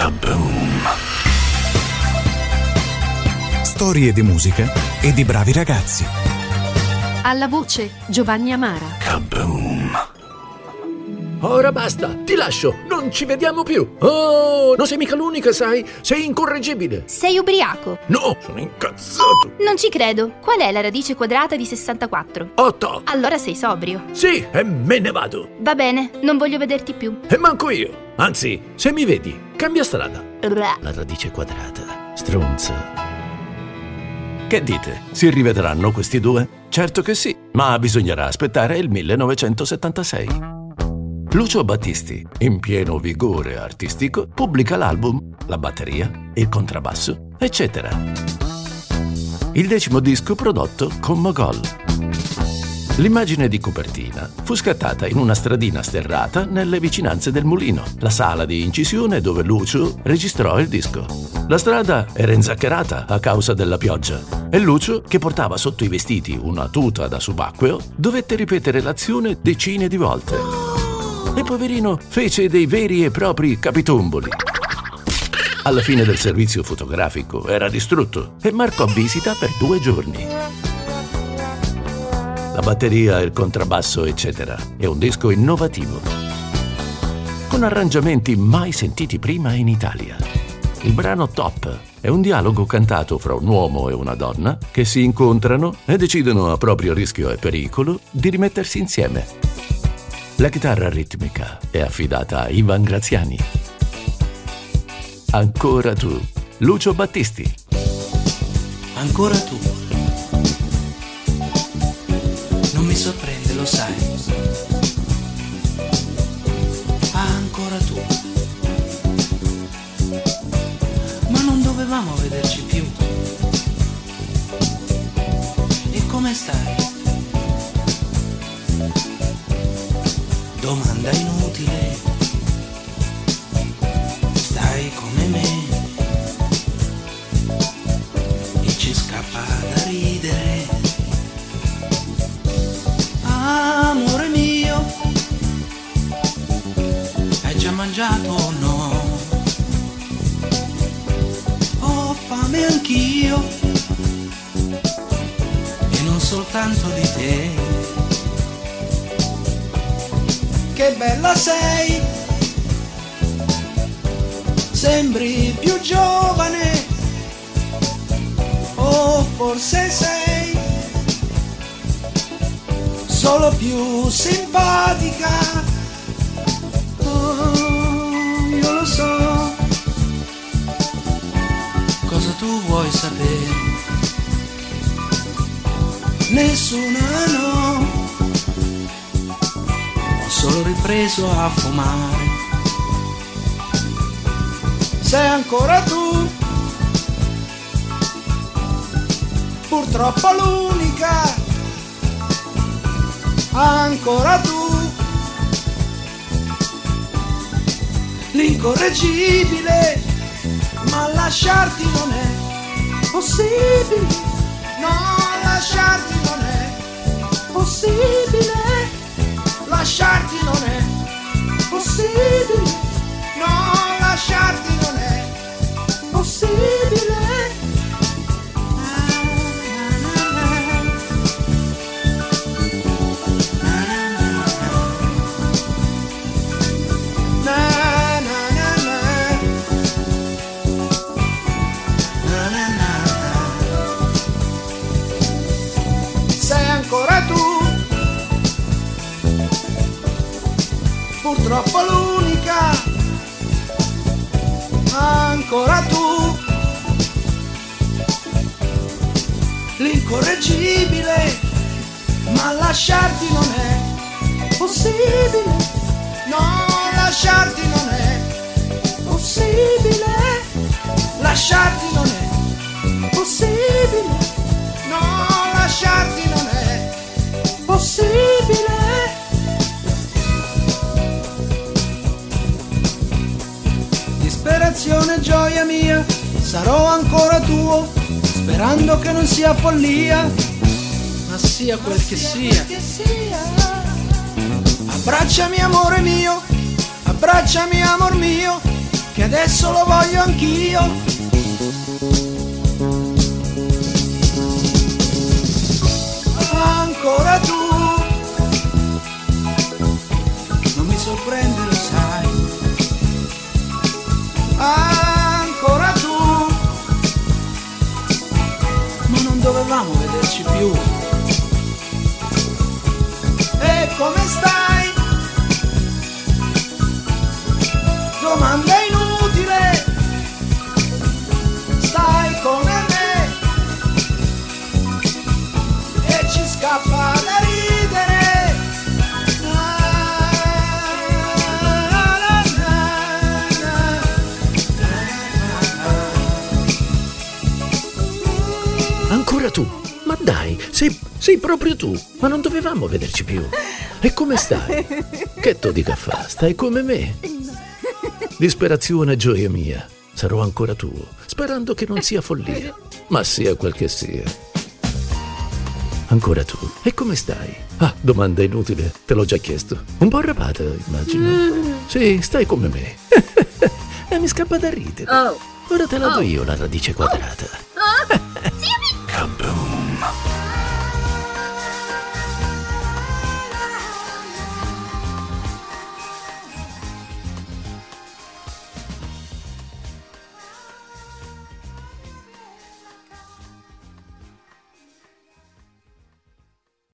Kaboom! Storie di musica e di bravi ragazzi. Alla voce Giovanni Amara. Kaboom! Ora basta, ti lascio, non ci vediamo più. Oh, non sei mica l'unica, sai? Sei incorreggibile. Sei ubriaco? No, sono incazzato. Non ci credo. Qual è la radice quadrata di 64? 8. Allora sei sobrio. Sì, e me ne vado. Va bene, non voglio vederti più. E manco io. Anzi, se mi vedi, cambia strada. Blah. La radice quadrata, stronza. Che dite? Si rivedranno questi due? Certo che sì, ma bisognerà aspettare il 1976. Lucio Battisti, in pieno vigore artistico, pubblica l'album, la batteria, il contrabbasso, eccetera. Il 10° disco prodotto con Mogol. L'immagine di copertina fu scattata in una stradina sterrata nelle vicinanze del mulino, la sala di incisione dove Lucio registrò il disco. La strada era inzaccherata a causa della pioggia e Lucio, che portava sotto i vestiti una tuta da subacqueo, dovette ripetere l'azione decine di volte. E poverino fece dei veri e propri capitomboli. Alla fine del servizio fotografico era distrutto e marcò visita per 2 giorni. La batteria, il contrabbasso, eccetera, è un disco innovativo, con arrangiamenti mai sentiti prima in Italia. Il brano Top è un dialogo cantato fra un uomo e una donna che si incontrano e decidono a proprio rischio e pericolo di rimettersi insieme. La chitarra ritmica è affidata a Ivan Graziani. Ancora tu, Lucio Battisti. Ancora tu. Non mi sorprende, lo sai. Ancora tu. Ma non dovevamo vederci più. E come stai? Domanda inutile. Stai come me e ci scappa da ridere. Amore mio, hai già mangiato o no? Ho fame anch'io e non soltanto di te. Che bella sei, sembri più giovane, o forse sei solo più simpatica. Oh, io lo so cosa tu vuoi sapere. Nessuna no. Solo ripreso a fumare. Sei ancora tu, purtroppo l'unica. Ancora tu, l'incorreggibile. Ma lasciarti non è possibile. No, lasciarti non è possibile. Lasciarti non è possibile. No, lasciarti non è possibile. Sei ancora tu, purtroppo l'unica. Ancora tu, l'incorreggibile. Ma lasciarti non è possibile. No, lasciarti non è possibile. Lasciarti non è possibile. No, lasciarti non è possibile. Disperazione, gioia mia, sarò ancora tuo, sperando che non sia follia, ma sia quel che sia. Abbracciami amore mio, abbracciami amor mio, che adesso lo voglio anch'io. Ancora tu, non mi sorprende, lo sai. Ancora tu, ma non dovevamo vederci più. E come stai? Domanda inutile. Stai come me e ci scappa da ridere. Ancora tu? Ma dai, sei proprio tu. Ma non dovevamo vederci più. E come stai? Che to dica fa? Stai come me? Disperazione, gioia mia. Sarò ancora tuo, sperando che non sia follia, ma sia quel che sia. Ancora tu. E come stai? Ah, domanda inutile, te l'ho già chiesto. Un po' arrabbiata, immagino. Sì, stai come me. E mi scappa da ridere. Ora te la do io la radice quadrata.